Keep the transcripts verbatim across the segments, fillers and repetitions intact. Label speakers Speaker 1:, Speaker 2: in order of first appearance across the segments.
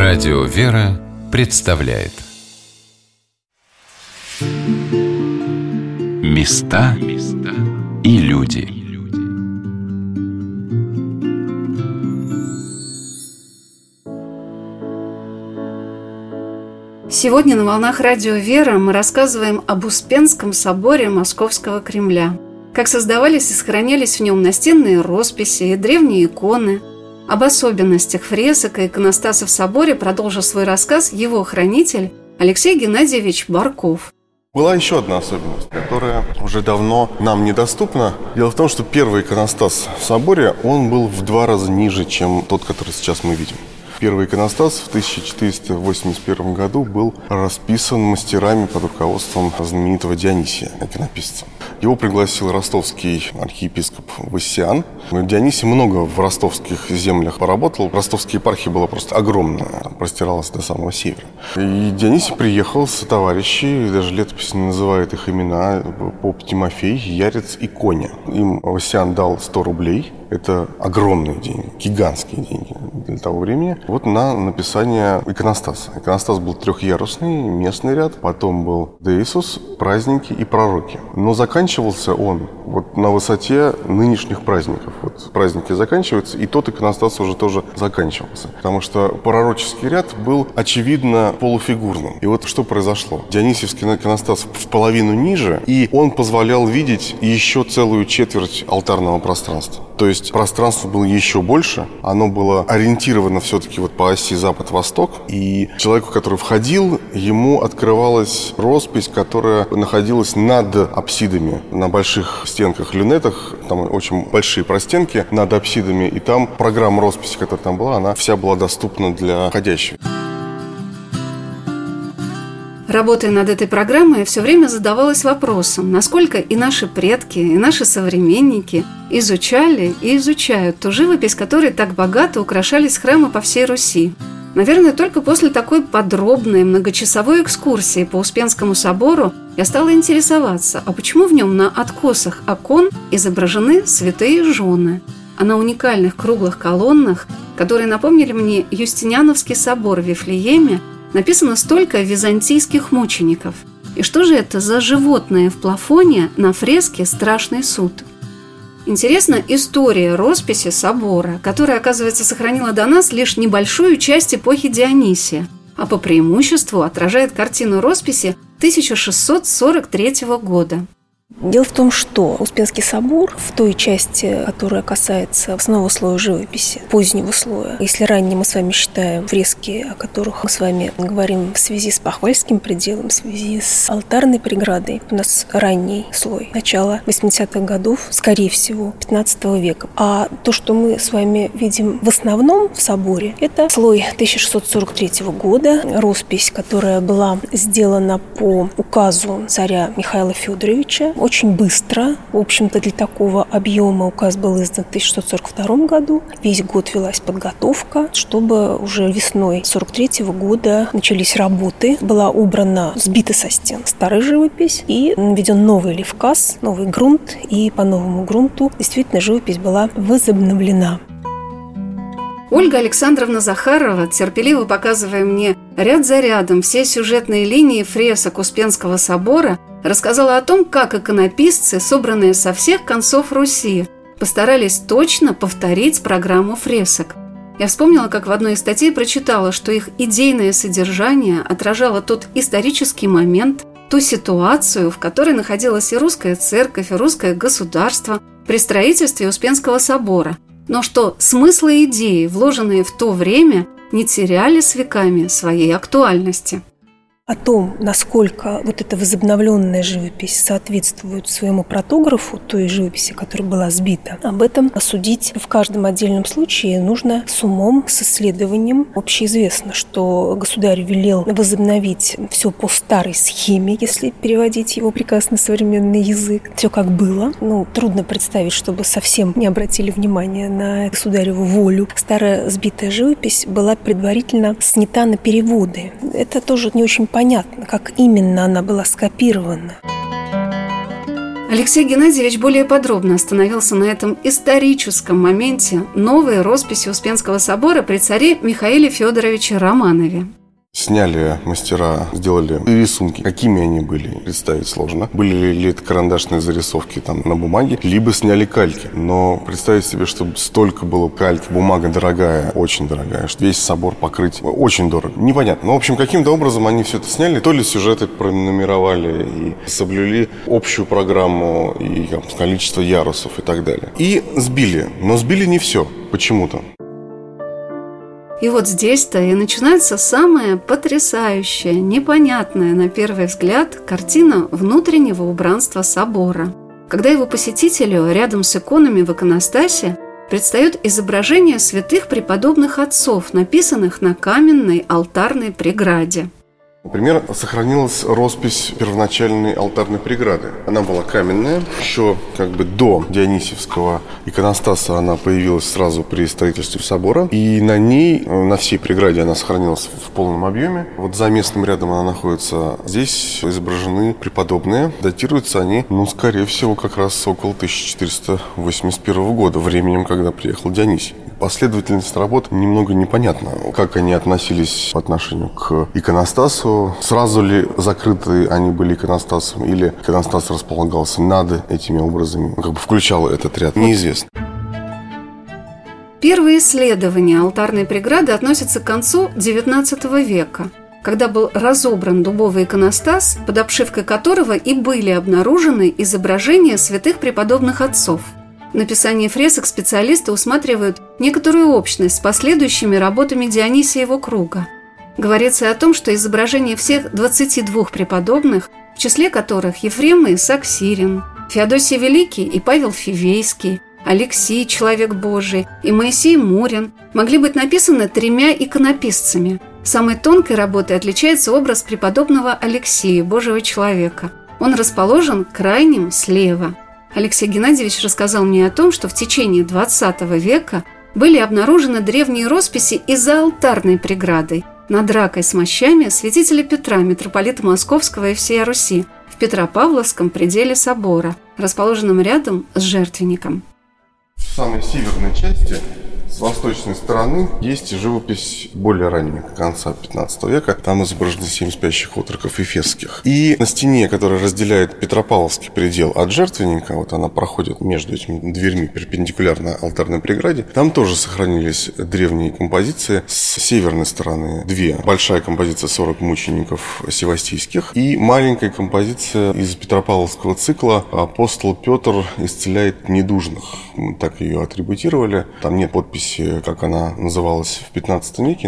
Speaker 1: Радио «Вера» представляет Места и люди.
Speaker 2: Сегодня на волнах Радио «Вера» мы рассказываем об Успенском соборе Московского Кремля. Как создавались и сохранялись в нем настенные росписи и древние иконы. Об особенностях фресок и иконостаса в соборе продолжил свой рассказ его хранитель Алексей Геннадьевич Барков.
Speaker 3: Была еще одна особенность, которая уже давно нам недоступна. Дело в том, что первый иконостас в соборе, он был в два раза ниже, чем тот, который сейчас мы видим. Первый иконостас в тысяча четыреста восемьдесят первом году был расписан мастерами под руководством знаменитого Дионисия, иконописца. Его пригласил ростовский архиепископ Вассиан. Дионисий много в ростовских землях поработал. Ростовская епархия была просто огромная, простиралась до самого севера. И Дионисий приехал с товарищей, даже летопись называет их имена, поп Тимофей, Ярец и Коня. Им Вассиан дал сто рублей. Это огромные деньги, гигантские деньги для того времени. Вот на написание иконостаса. Иконостас был трехъярусный, местный ряд. Потом был Деисус, праздники и пророки. Но заканчивался он вот на высоте нынешних праздников. Вот праздники заканчиваются, и тот иконостас уже тоже заканчивался. Потому что пророческий ряд был, очевидно, полуфигурным. И вот что произошло. Дионисиевский иконостас в половину ниже, и он позволял видеть еще целую четверть алтарного пространства. То есть пространство было еще больше, оно было ориентировано все-таки вот по оси запад-восток, и человеку, который входил, ему открывалась роспись, которая находилась над апсидами, на больших стенках, люнетах, там очень большие простенки над апсидами, и там программа росписи, которая там была, она вся была доступна для входящих.
Speaker 2: Работая над этой программой, я все время задавалась вопросом, насколько и наши предки, и наши современники изучали и изучают ту живопись, которой так богато украшались храмы по всей Руси. Наверное, только после такой подробной многочасовой экскурсии по Успенскому собору я стала интересоваться, а почему в нем на откосах окон изображены святые жены, а на уникальных круглых колоннах, которые напомнили мне Юстиниановский собор в Вифлееме, написано столько византийских мучеников. И что же это за животное в плафоне на фреске «Страшный суд»? Интересна история росписи собора, которая, оказывается, сохранила до нас лишь небольшую часть эпохи Дионисия, а по преимуществу отражает картину росписи тысяча шестьсот сорок третьего года.
Speaker 4: Дело в том, что Успенский собор в той части, которая касается основного слоя живописи, позднего слоя, если ранее мы с вами считаем фрески, о которых мы с вами говорим в связи с Пахвальским пределом, в связи с алтарной преградой, у нас ранний слой, начало восьмидесятых годов, скорее всего, пятнадцатого века. А то, что мы с вами видим в основном в соборе, это слой тысяча шестьсот сорок третьего года, роспись, которая была сделана по указу царя Михаила Федоровича, очень быстро. В общем-то, для такого объема указ был издан в тысяча шестьсот сорок втором году. Весь год велась подготовка, чтобы уже весной сорок третьего года начались работы. Была убрана, сбита со стен старая живопись и наведен новый левказ, новый грунт. И по новому грунту действительно живопись была возобновлена.
Speaker 2: Ольга Александровна Захарова, терпеливо показывая мне ряд за рядом все сюжетные линии фресок Успенского собора, рассказала о том, как иконописцы, собранные со всех концов Руси, постарались точно повторить программу фресок. Я вспомнила, как в одной из статей прочитала, что их идейное содержание отражало тот исторический момент, ту ситуацию, в которой находилась и русская церковь, и русское государство при строительстве Успенского собора, но что смыслы и идеи, вложенные в то время, не теряли с веками своей актуальности.
Speaker 4: О том, насколько вот эта возобновленная живопись соответствует своему протографу, той живописи, которая была сбита, об этом судить в каждом отдельном случае нужно с умом, с исследованием. Общеизвестно, что государь велел возобновить все по старой схеме, если переводить его приказ на современный язык. Все как было. Ну, трудно представить, чтобы совсем не обратили внимания на государеву волю. Старая сбитая живопись была предварительно снята на переводы. Это тоже не очень понятно, как именно она была скопирована.
Speaker 2: Алексей Геннадьевич более подробно остановился на этом историческом моменте новой росписи Успенского собора при царе Михаиле Федоровиче Романове.
Speaker 3: Сняли мастера, сделали рисунки. Какими они были, представить сложно. Были ли это карандашные зарисовки там на бумаге, либо сняли кальки. Но представить себе, чтобы столько было кальк, бумага дорогая, очень дорогая, что весь собор покрыть очень дорого. Непонятно. Но, в общем, каким-то образом они все это сняли. То ли сюжеты пронумеровали и соблюли общую программу и там, количество ярусов и так далее. И сбили. Но сбили не все почему-то.
Speaker 2: И вот здесь-то и начинается самая потрясающая, непонятная на первый взгляд картина внутреннего убранства собора. Когда его посетителю рядом с иконами в иконостасе предстает изображение святых преподобных отцов, написанных на каменной алтарной преграде.
Speaker 3: Например, сохранилась роспись первоначальной алтарной преграды. Она была каменная. Еще как бы до Дионисиевского иконостаса она появилась сразу при строительстве собора. И на ней, на всей преграде она сохранилась в полном объеме. Вот за местным рядом она находится. Здесь изображены преподобные. Датируются они, ну, скорее всего, как раз около тысяча четыреста восемьдесят первого года, временем, когда приехал Дионисий. Последовательность работ немного непонятна. Как они относились по отношению к иконостасу? Сразу ли закрыты они были иконостасом? Или иконостас располагался над этими образами? Как бы включал этот ряд? Неизвестно.
Speaker 2: Первые исследования алтарной преграды относятся к концу девятнадцатого века, когда был разобран дубовый иконостас, под обшивкой которого и были обнаружены изображения святых преподобных отцов. В написании фресок специалисты усматривают некоторую общность с последующими работами Дионисия и его круга. Говорится о том, что изображения всех двадцати двух преподобных, в числе которых Ефрем и Исаак Сирин, Феодосий Великий и Павел Фивейский, Алексий, человек Божий, и Моисей Мурин, могли быть написаны тремя иконописцами. Самой тонкой работой отличается образ преподобного Алексия, Божьего человека. Он расположен крайним слева. Алексей Геннадьевич рассказал мне о том, что в течение двадцатого века были обнаружены древние росписи и за алтарной преградой над ракой с мощами святителя Петра, митрополита Московского и всей Руси, в Петропавловском пределе собора, расположенном рядом с жертвенником.
Speaker 3: В самой северной части, с восточной стороны, есть живопись более ранняя, конца пятнадцатого века. Там изображены семь спящих отроков эфесских. И на стене, которая разделяет Петропавловский предел от жертвенника, вот она проходит между этими дверьми перпендикулярно алтарной преграде, там тоже сохранились древние композиции. С северной стороны две. Большая композиция сорок мучеников севастийских и маленькая композиция из Петропавловского цикла «Апостол Петр исцеляет недужных». Мы так ее атрибутировали. Там нет подписи, как она называлась в пятнадцатом веке.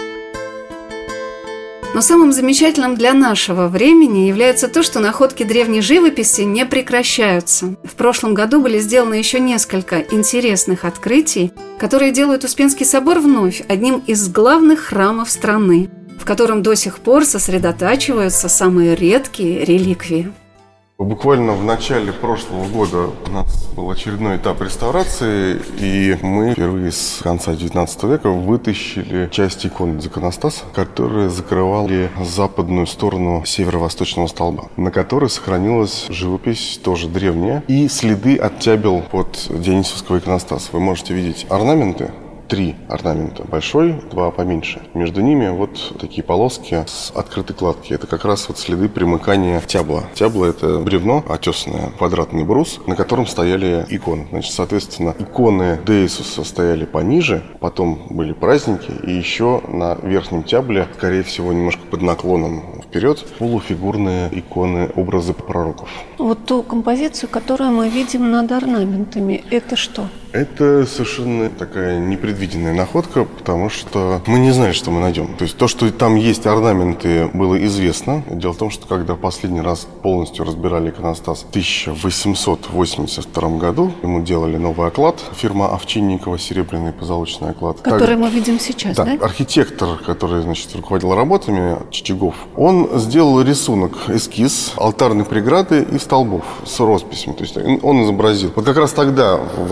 Speaker 2: Но самым замечательным для нашего времени является то, что находки древней живописи не прекращаются. В прошлом году были сделаны еще несколько интересных открытий, которые делают Успенский собор вновь одним из главных храмов страны, в котором до сих пор сосредотачиваются самые редкие реликвии.
Speaker 3: Буквально в начале прошлого года у нас был очередной этап реставрации, и мы впервые с конца девятнадцатого века вытащили часть икон из иконостаса, которые закрывали западную сторону северо-восточного столба, на которой сохранилась живопись, тоже древняя, и следы от тябел под Дионисиевского иконостаса. Вы можете видеть орнаменты. Три орнамента. Большой, два поменьше. Между ними вот такие полоски с открытой кладки. Это как раз вот следы примыкания тябла. Тябло – это бревно, отесанное, квадратный брус, на котором стояли иконы. Значит, соответственно, иконы Де Иисуса стояли пониже, потом были праздники, и еще на верхнем тябле, скорее всего, немножко под наклоном вперед, полуфигурные иконы, образы пророков.
Speaker 4: Вот ту композицию, которую мы видим над орнаментами, это что?
Speaker 3: Это совершенно такая непредвиденная находка, потому что мы не знали, что мы найдем. То есть то, что там есть орнаменты, было известно. Дело в том, что когда последний раз полностью разбирали иконостас в тысяча восемьсот восемьдесят втором году, ему делали новый оклад, фирма Овчинникова, серебряный позолоченный оклад.
Speaker 4: Который
Speaker 3: так,
Speaker 4: мы видим сейчас, да?
Speaker 3: Да, архитектор, который, значит, руководил работами, Чичагов, он сделал рисунок, эскиз алтарной преграды и столбов с росписями. То есть он изобразил. Вот как раз тогда, вот в тысяча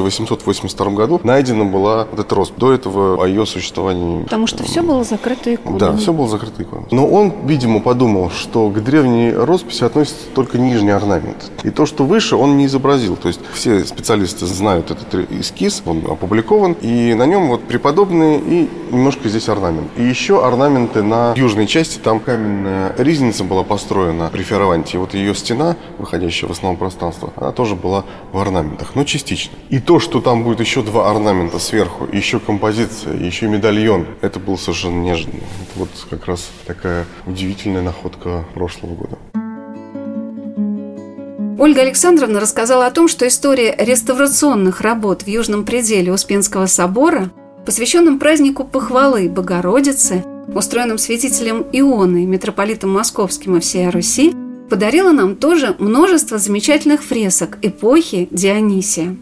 Speaker 3: тысяча восемьсот восемьдесят втором году найдена была вот эта роспись. До этого о ее существовании...
Speaker 4: Потому что все было закрыто иконами.
Speaker 3: Да, все было закрыто иконами. Но он, видимо, подумал, что к древней росписи относится только нижний орнамент. И то, что выше, он не изобразил. То есть все специалисты знают этот эскиз, он опубликован, и на нем вот преподобные и немножко здесь орнамент. И еще орнаменты на южной части, там каменная ризница была построена при Фиараванте. И вот ее стена, выходящая в основном пространство, она тоже была в орнаментах, но частично. И то, что там будет еще два орнамента сверху, еще композиция, еще медальон, это было совершенно неожиданно. Это вот как раз такая удивительная находка прошлого года.
Speaker 2: Ольга Александровна рассказала о том, что история реставрационных работ в южном пределе Успенского собора, посвященном празднику Похвалы Богородицы, устроенным святителем Ионой, митрополитом Московским и всей Руси, подарила нам тоже множество замечательных фресок эпохи Дионисия.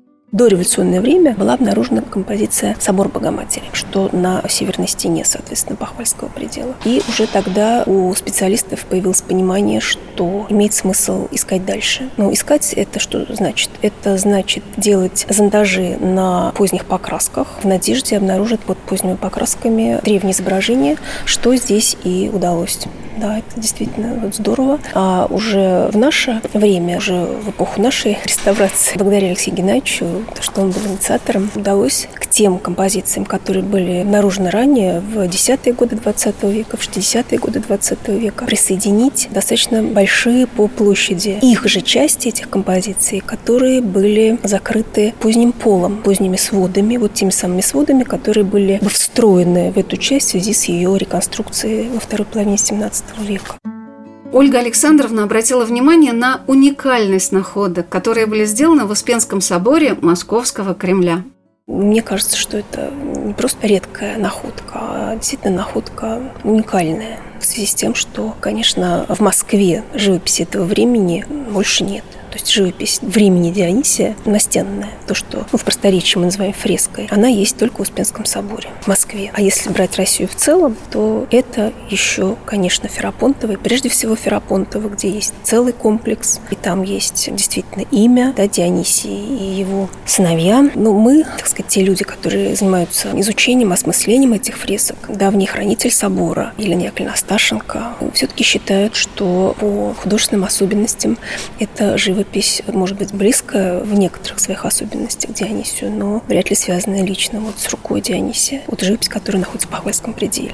Speaker 4: В дореволюционное время была обнаружена композиция «Собор Богоматери», что на северной стене, соответственно, Похвальского предела. И уже тогда у специалистов появилось понимание, что имеет смысл искать дальше. Но искать это что значит? Это значит делать зондажи на поздних покрасках в надежде обнаружить под поздними покрасками древние изображения, что здесь и удалось. Да, это действительно вот здорово. А уже в наше время, уже в эпоху нашей реставрации, благодаря Алексею Геннадьевичу, то, что он был инициатором, удалось к тем композициям, которые были обнаружены ранее, в десятые годы двадцатого века, в шестидесятые годы двадцатого века, присоединить достаточно большие по площади их же части этих композиций, которые были закрыты поздним полом, поздними сводами, вот теми самыми сводами, которые были встроены в эту часть в связи с ее реконструкцией во второй половине семнадцатого века.
Speaker 2: Ольга Александровна обратила внимание на уникальность находок, которые были сделаны в Успенском соборе Московского Кремля.
Speaker 4: Мне кажется, что это не просто редкая находка, а действительно находка уникальная в связи с тем, что, конечно, в Москве живописи этого времени больше нет. То есть живопись времени Дионисия настенная, то, что ну, в просторечии мы называем фреской, она есть только в Успенском соборе в Москве. А если брать Россию в целом, то это еще, конечно, Ферапонтово, прежде всего Ферапонтово, где есть целый комплекс, и там есть действительно имя, да, Дионисий и его сыновья. Но мы, так сказать, те люди, которые занимаются изучением, осмыслением этих фресок, давний хранитель собора Елена Яковлевна Асташенко, все-таки считают, что по художественным особенностям это живопись может быть близко в некоторых своих особенностях к Дионисию, но вряд ли связанная лично вот с рукой Дионисия, вот живопись, которая находится в Похвальском пределе.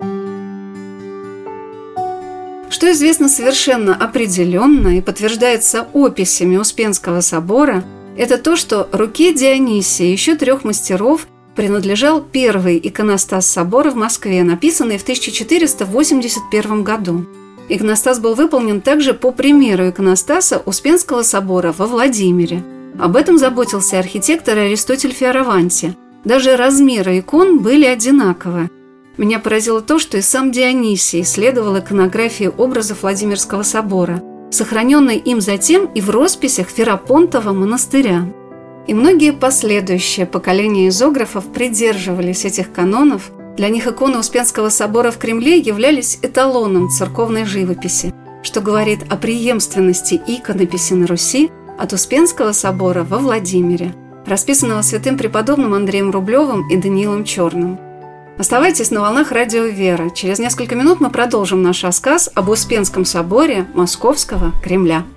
Speaker 2: Что известно совершенно определенно и подтверждается описями Успенского собора, это то, что руке Дионисия и еще трех мастеров принадлежал первый иконостас собора в Москве, написанный в тысяча четыреста восемьдесят первом году. Иконостас был выполнен также по примеру иконостаса Успенского собора во Владимире. Об этом заботился архитектор Аристотель Фиараванти. Даже размеры икон были одинаковы. Меня поразило то, что и сам Дионисий исследовал иконографию образов Владимирского собора, сохраненной им затем и в росписях Ферапонтова монастыря. И многие последующие поколения изографов придерживались этих канонов. Для них иконы Успенского собора в Кремле являлись эталоном церковной живописи, что говорит о преемственности иконописи на Руси от Успенского собора во Владимире, расписанного святым преподобным Андреем Рублевым и Даниилом Черным. Оставайтесь на волнах радио «Вера». Через несколько минут мы продолжим наш рассказ об Успенском соборе Московского Кремля.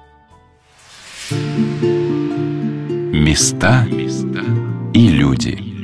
Speaker 1: Места и люди.